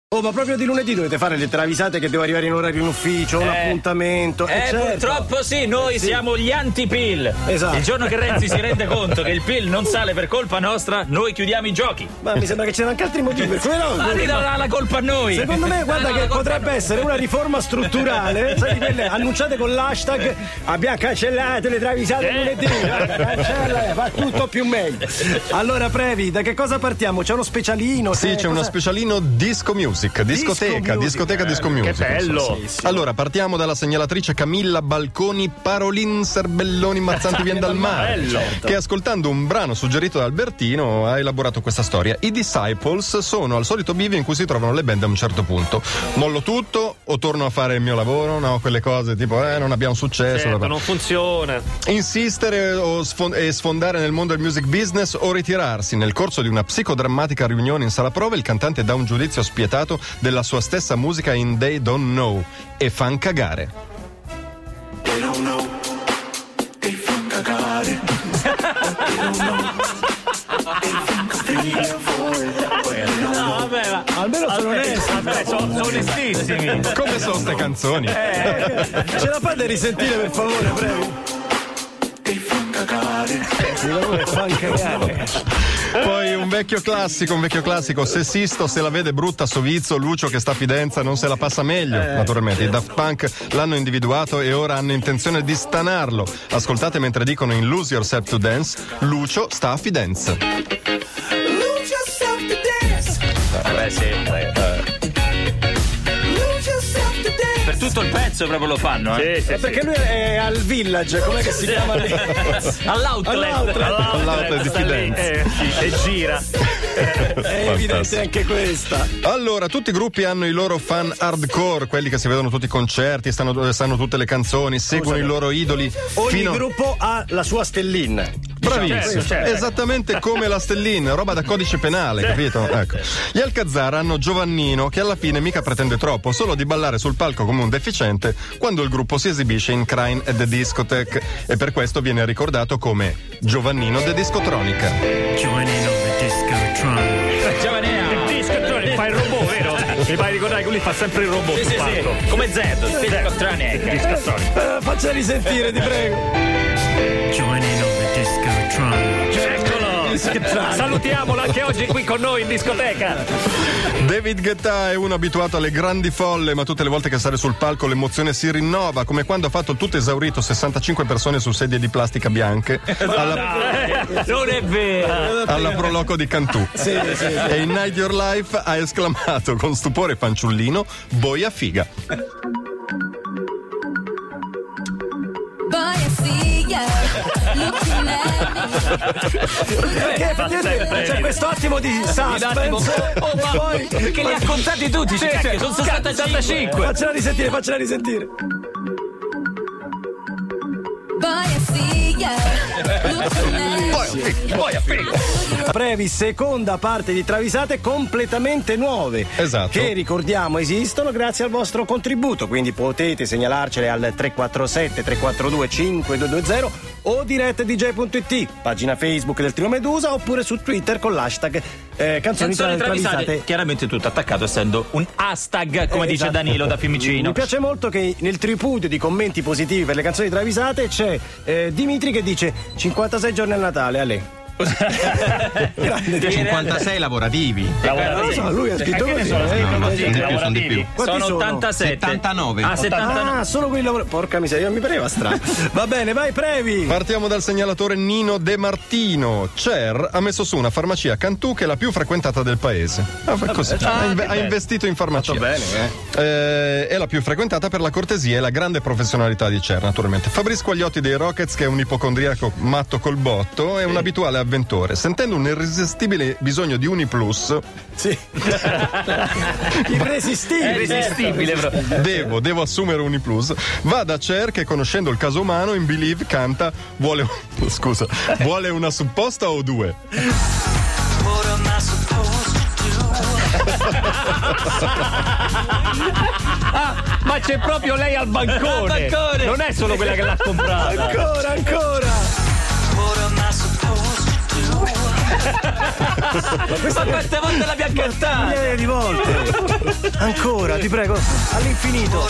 Oh, ma proprio di lunedì dovete fare le travisate che devo arrivare in orario in ufficio, un appuntamento. Certo. Purtroppo sì, noi siamo gli anti-PIL. Esatto. Il giorno che Renzi si rende conto che il PIL non sale per colpa nostra, noi chiudiamo i giochi. Ma mi sembra che c'erano anche altri motivi per cui no. Ma ridà la colpa a noi. Secondo me, guarda che potrebbe essere una riforma strutturale, sai, quelle annunciate con l'hashtag abbiamo cancellato le travisate lunedì. Cancella, fa tutto più meglio. Allora, Previ, da che cosa partiamo? C'è uno specialino? Sì, c'è uno specialino disco music. Discoteca disco music. Che bello. Sì. Allora, partiamo dalla segnalatrice Camilla Balconi Parolin Serbelloni Mazzanti vien dal mare, Certo. che ascoltando un brano suggerito da Albertino ha elaborato questa storia. I Disciples sono al solito bivio in cui si trovano le band a un certo punto. Mollo tutto o torno a fare il mio lavoro? No, quelle cose tipo non abbiamo successo. Certo, non funziona. Insistere e sfondare nel mondo del music business o ritirarsi. Nel corso di una psicodrammatica riunione in sala prove il cantante dà un giudizio spietato della sua stessa musica in They Don't Know e fan cagare. They don't know, they fan cagare. They don't know, they think I'm feeling for it. No, vabbè, ma Almeno sono onesti. vabbè, sono onestissimi. Come sono ste canzoni? Ce la fate risentire per favore, Previ? They fan cagare. Fan cagare. Poi un vecchio classico, se Sisto se la vede brutta Sovizzo, Lucio che sta a Fidenza non se la passa meglio, naturalmente. I Daft Punk l'hanno individuato e ora hanno intenzione di stanarlo. Ascoltate mentre dicono in Lose Yourself to Dance, Lucio sta a Fidenza. Lose yourself to dance. Vabbè, sì. Lose yourself to dance. Per tutto il pezzo proprio lo fanno, Sì, sì, Perché lui è al Village, com'è che si chiama lì? All'outlet di sta lì, Fidenza. e gira. È evidente anche questa. Allora, tutti i gruppi hanno i loro fan hardcore, quelli che si vedono tutti i concerti, sanno tutte le canzoni, seguono i loro idoli. Ogni gruppo ha la sua stellina. Bravissimo, certo. Esattamente come la stellina, roba da codice penale, capito? Ecco. Gli Alcazar hanno Giovannino che alla fine mica pretende troppo, solo di ballare sul palco come un deficiente quando il gruppo si esibisce in Crime at the Discotheque e per questo viene ricordato come Giovannino de Discotronica. Giovannino the Discotronic. Il disco, fa il robot, vero? Mi fai ricordare che lui fa sempre il robot sul palco. Come Zed, Il disco. Faccia risentire, ti prego. Giovannino the Discotronic. Eccolo. Salutiamolo anche oggi qui con noi in discoteca. David Guetta è uno abituato alle grandi folle, ma tutte le volte che sale sul palco l'emozione si rinnova, come quando ha fatto il tutto esaurito 65 persone su sedie di plastica bianche non è vero. alla Proloco di Cantù. E in Night Your Life ha esclamato con stupore fanciullino: boia figa. Boy, I see ya looking at me. Perché effettivamente c'è questo attimo di suspense. Ma poi perché li ha contati tutti? Sono 65. Faccela risentire. Boy, I see ya looking at me. Previ, seconda parte di travisate completamente nuove. Esatto. Che ricordiamo esistono grazie al vostro contributo, quindi potete segnalarcele al 347 342 5220 o direttdj.it, pagina Facebook del Trio Medusa, oppure su Twitter con l'hashtag canzoni travisate. Chiaramente tutto attaccato essendo un hashtag, come dice Esatto. Danilo da Fiumicino. Mi piace molto che nel tripudio di commenti positivi per le canzoni travisate c'è Dimitri che dice 56 giorni a Natale, a lei. Grande, 56 lavorativi. Non lo so, lui ha scritto così. Sono di più. Quanti sono 87. 79. Ah, 79. Ah, solo quelli lavorativi. Porca miseria, mi pareva strano. Va bene, vai, Previ. Partiamo dal segnalatore Nino De Martino. Cher ha messo su una farmacia a Cantù che è la più frequentata del paese. Così. Ha investito in farmacia. È la più frequentata per la cortesia e la grande professionalità di Cher, naturalmente. Fabrice Quagliotti dei Rockets, che è un ipocondriaco matto col botto, è un abituale avventore. Sentendo un irresistibile bisogno di Uniplus, Sì. Irresistibile. devo assumere Uniplus, va da Cher che, conoscendo il caso umano, in Believe canta vuole una supposta o due? Ma c'è proprio lei al bancone. Non è solo quella che l'ha comprata. Ancora. Ma quante volte l'abbiamo cantata? Migliaia di volte. Ancora, ti prego, all'infinito.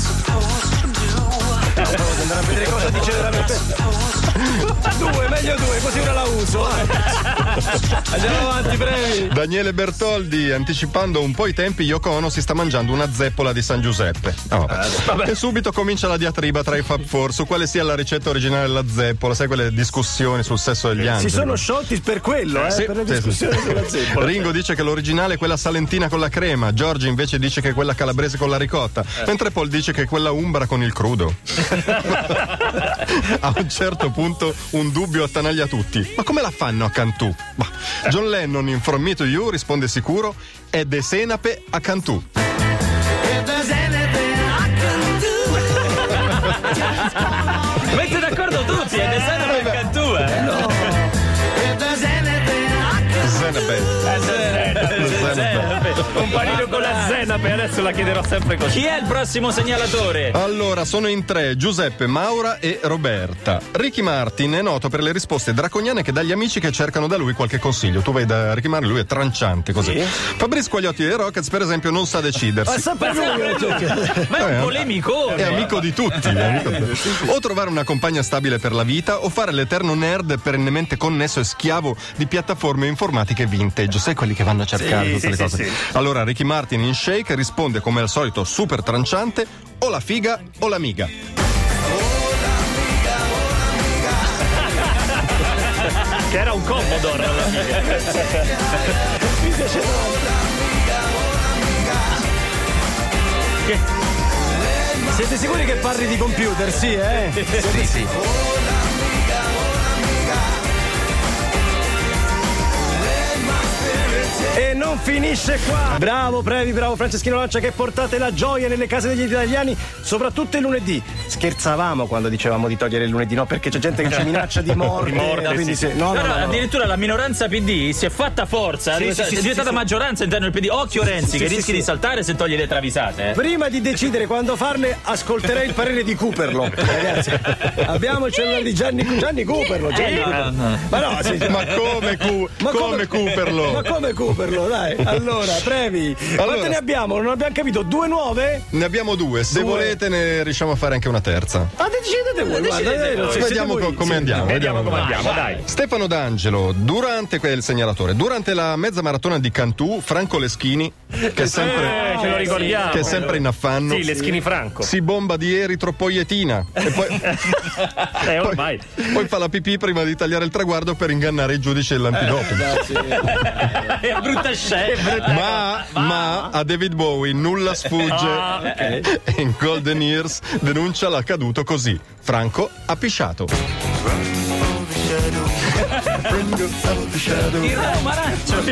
Devo andare a vedere cosa dice veramente. 2, meglio 2, così ora la uso. Andiamo avanti, brevi. Daniele Bertoldi, anticipando un po' i tempi, Yoko Ono si sta mangiando una zeppola di San Giuseppe. E subito comincia la diatriba tra i Fab Four su quale sia la ricetta originale della zeppola, sai quelle discussioni sul sesso degli angeli. Si sono sciolti per quello, Sì, per le discussioni sulla zeppola. Ringo dice che l'originale è quella salentina con la crema, Giorgi invece dice che è quella calabrese con la ricotta, mentre Paul dice che è quella umbra con il crudo. A un certo punto un dubbio attanaglia tutti: ma come la fanno a Cantù? John Lennon in From Me to You risponde sicuro: è de senape a Cantù. Mette d'accordo tutti, è de senape a Cantù, Un panino con la zenape, adesso la chiederò sempre così. Chi è il prossimo segnalatore? Allora, sono in 3: Giuseppe, Maura e Roberta. Ricky Martin è noto per le risposte draconiane che dà agli amici che cercano da lui qualche consiglio. Tu vai da Ricky Martin, lui è tranciante così. Sì. Fabrizio Quagliotti dei Rockets, per esempio, non sa decidersi. Ma è un polemico. È amico di tutti. O trovare una compagna stabile per la vita, o fare l'eterno nerd perennemente connesso e schiavo di piattaforme informatiche vintage. Sai quelli che vanno a cercare tutte le cose. Sì. Allora Ricky Martin in Shake risponde come al solito super tranciante: o la figa o l'amiga. Che era un Commodore alla fine. Mi piace Siete sicuri che parli di computer? Sì, Sì. E non finisce qua. Bravo Previ, bravo Franceschino Lancia, che portate la gioia nelle case degli italiani, soprattutto il lunedì. Scherzavamo quando dicevamo di togliere il lunedì, no? Perché c'è gente che ci minaccia di morte. Quindi sì. No, addirittura la minoranza PD si è fatta forza, è diventata maggioranza all'interno del PD. Occhio Renzi, che rischi di saltare se toglie le travisate. Prima di decidere quando farle, ascolterei il parere di Cooperlo. Ragazzi, abbiamo il cellulare di Gianni Cooperlo. Ma no, ma come Cooperlo? Ma come Cooperlo, dai. Allora, Previ, quante ne abbiamo? Non abbiamo capito, 2 nuove? Ne abbiamo 2. Se volete ne riusciamo a fare anche una terza. Decidete voi, vediamo come andiamo. Vediamo come andiamo, dai. Stefano D'Angelo, durante la mezza maratona di Cantù, Franco Leschini, che è sempre, ce lo ricordiamo, che è sempre in affanno. Sì, Leschini Franco. Si bomba di eritropoietina e poi ormai. Poi fa la pipì prima di tagliare il traguardo per ingannare i giudici dell'antidoping. È brutta scena. Ma a David Bowie nulla sfugge. E in Golden Years denuncia l'accaduto così: Franco ha pisciato. Il ramo arancio.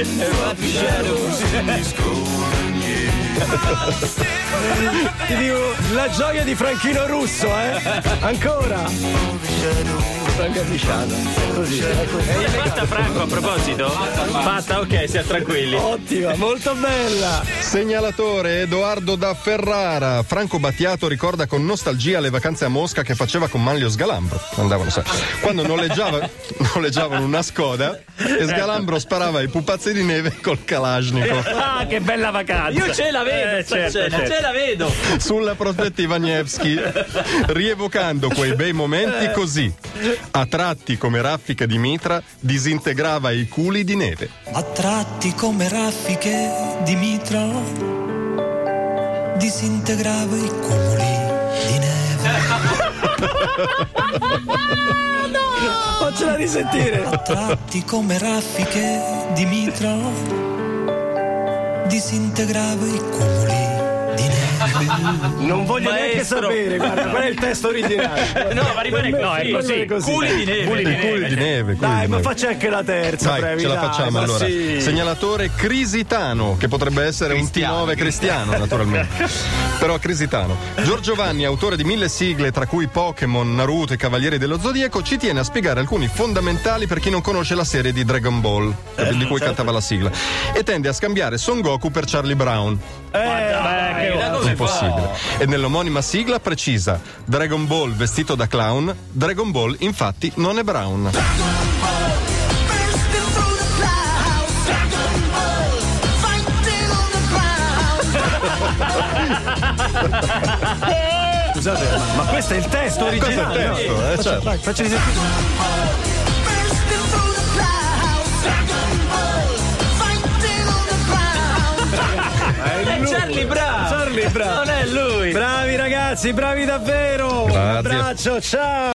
Ti dico, la gioia di Franchino Russo, ancora. Franco pisciato. Così. È fatta Franco a proposito? Fatta, ok, siamo tranquilli. Ottima, molto bella. Segnalatore Edoardo da Ferrara. Franco Battiato ricorda con nostalgia le vacanze a Mosca che faceva con Manlio Sgalambro. Andavano, quando noleggiavano una Skoda e Sgalambro sparava i pupazzi di neve col Kalashnikov. Ah, che bella vacanza! Io ce la vedo, ce la vedo. Sulla prospettiva Nevsky, rievocando quei bei momenti così: a tratti come raffiche di mitra disintegrava i culi di neve. A tratti come raffiche di mitra disintegrava i culi di neve. No! Faccela risentire. A tratti come raffiche di mitra disintegrava i culi di neve. Non voglio neanche sapere, guarda, qual è il testo originale. No, ma rimane così. Culi di neve. Culi di neve. Dai, ma faccia anche la terza, dai, Previ, ce la facciamo allora. Sì. Segnalatore Crisitano, che potrebbe essere un T9 cristiano, naturalmente. Però Crisitano. Giorgio Vanni, autore di 1000 sigle, tra cui Pokémon, Naruto e Cavalieri dello Zodiaco, ci tiene a spiegare alcuni fondamentali per chi non conosce la serie di Dragon Ball, di cui cantava la sigla, e tende a scambiare Son Goku per Charlie Brown. Che impossibile. E nell'omonima sigla precisa: Dragon Ball vestito da clown, Dragon Ball infatti non è Brown. Scusate, ma questo è il testo originale. Questo è il testo, certo. Vai, facci sentire. È Charlie Brown! Charlie Brown! Non è lui! Bravi ragazzi, bravi davvero! Grazie. Un abbraccio, ciao!